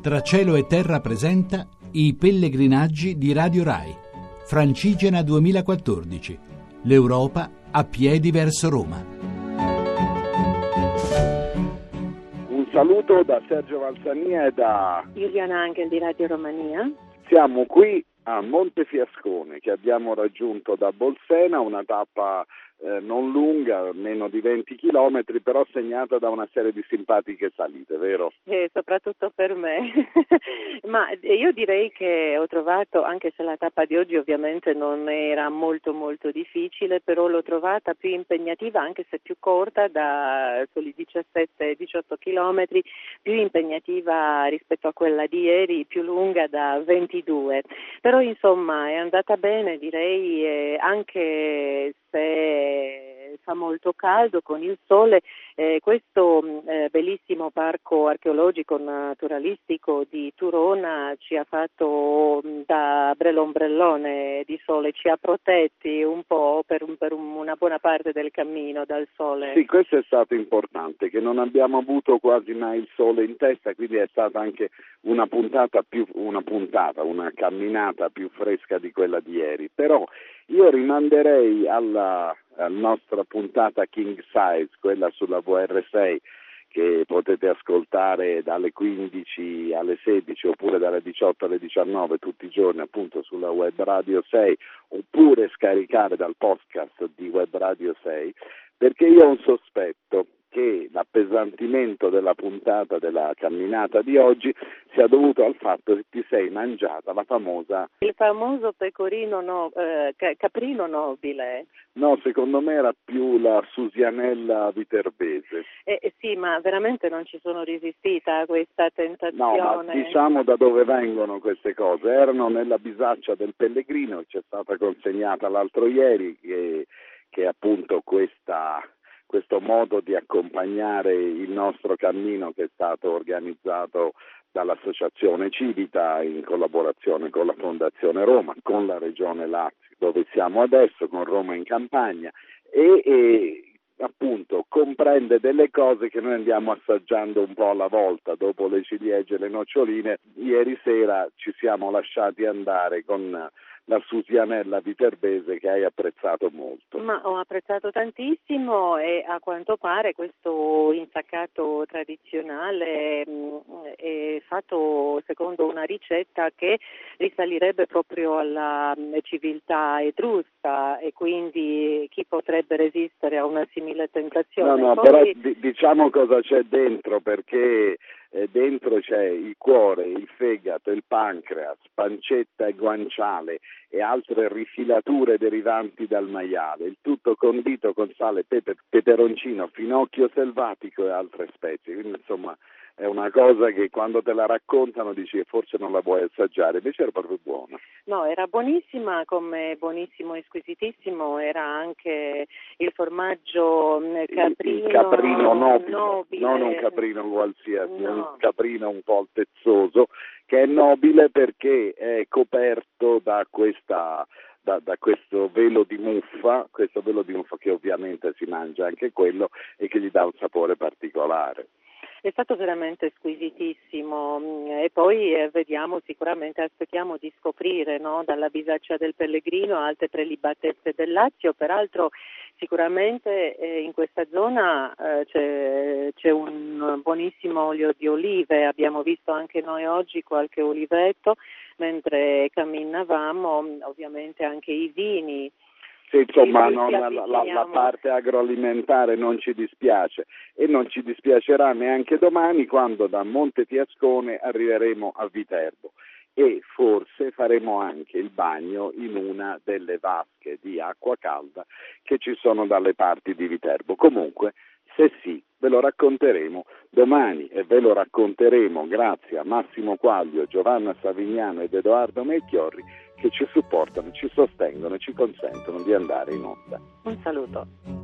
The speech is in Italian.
Tra cielo e terra presenta I pellegrinaggi di Radio Rai. Francigena 2014. L'Europa a piedi verso Roma. Un saluto da Sergio Valsania e da Juliana Angel di Radio Romania. Siamo qui a Montefiascone, che abbiamo raggiunto da Bolsena, una tappa non lunga, meno di 20 chilometri, però segnata da una serie di simpatiche salite, vero? Soprattutto per me. Ma io direi che ho trovato, anche se la tappa di oggi ovviamente non era molto difficile, però l'ho trovata più impegnativa, anche se più corta, da soli 17-18 chilometri, più impegnativa rispetto a quella di ieri, più lunga da 22. Però insomma è andata bene, direi, anche se fa molto caldo con il sole. Questo bellissimo parco archeologico naturalistico di Turona ci ha fatto da ombrellone di sole, ci ha protetti un po' per una buona parte del cammino dal sole. Sì, questo è stato importante, che non abbiamo avuto quasi mai il sole in testa, quindi è stata anche una camminata più fresca di quella di ieri. Però io rimanderei alla nostra puntata King Size, quella sulla VR6, che potete ascoltare dalle 15 alle 16 oppure dalle 18 alle 19 tutti i giorni, appunto sulla Web Radio 6, oppure scaricare dal podcast di Web Radio 6, perché io ho un sospetto che l'appesantimento della puntata della camminata di oggi sia dovuto al fatto che ti sei mangiata il famoso pecorino caprino nobile. No, secondo me era più la Susianella viterbese. Sì, ma veramente non ci sono resistita a questa tentazione. No, ma diciamo da dove vengono queste cose. Erano nella bisaccia del Pellegrino, che ci è stata consegnata l'altro ieri, che appunto questo modo di accompagnare il nostro cammino, che è stato organizzato dall'Associazione Civita in collaborazione con la Fondazione Roma, con la Regione Lazio, dove siamo adesso, con Roma in Campagna, e appunto comprende delle cose che noi andiamo assaggiando un po' alla volta. Dopo le ciliegie e le noccioline, ieri sera ci siamo lasciati andare con la Susianella viterbese, che hai apprezzato molto. Ma ho apprezzato tantissimo, e a quanto pare questo insaccato tradizionale è fatto secondo una ricetta che risalirebbe proprio alla civiltà etrusca, e quindi chi potrebbe resistere a una simile tentazione? No, poi... però diciamo cosa c'è dentro, perché dentro c'è il cuore, il fegato, il pancreas, pancetta e guanciale e altre rifilature derivanti dal maiale, il tutto condito con sale, pepe, peperoncino, finocchio selvatico e altre spezie. Quindi insomma è una cosa che quando te la raccontano dici che forse non la vuoi assaggiare, invece era proprio buona. No, era buonissima, come buonissimo e squisitissimo era anche il formaggio caprino. Il caprino nobile, non un nobile. caprino qualsiasi, No. un caprino un po' altezzoso, che è nobile perché è coperto da questo velo di muffa, che ovviamente si mangia anche quello e che gli dà un sapore particolare. È stato veramente squisitissimo, e poi aspettiamo di scoprire, no, dalla bisaccia del Pellegrino altre prelibatezze del Lazio. Peraltro sicuramente in questa zona c'è un buonissimo olio di olive, abbiamo visto anche noi oggi qualche oliveto mentre camminavamo, ovviamente anche i vini. Sì, insomma, la parte agroalimentare non ci dispiace, e non ci dispiacerà neanche domani, quando da Montefiascone arriveremo a Viterbo, e forse faremo anche il bagno in una delle vasche di acqua calda che ci sono dalle parti di Viterbo. Comunque, se sì, ve lo racconteremo domani, e ve lo racconteremo grazie a Massimo Quaglio, Giovanna Savignano ed Edoardo Melchiorri, che ci supportano, ci sostengono e ci consentono di andare in onda. Un saluto.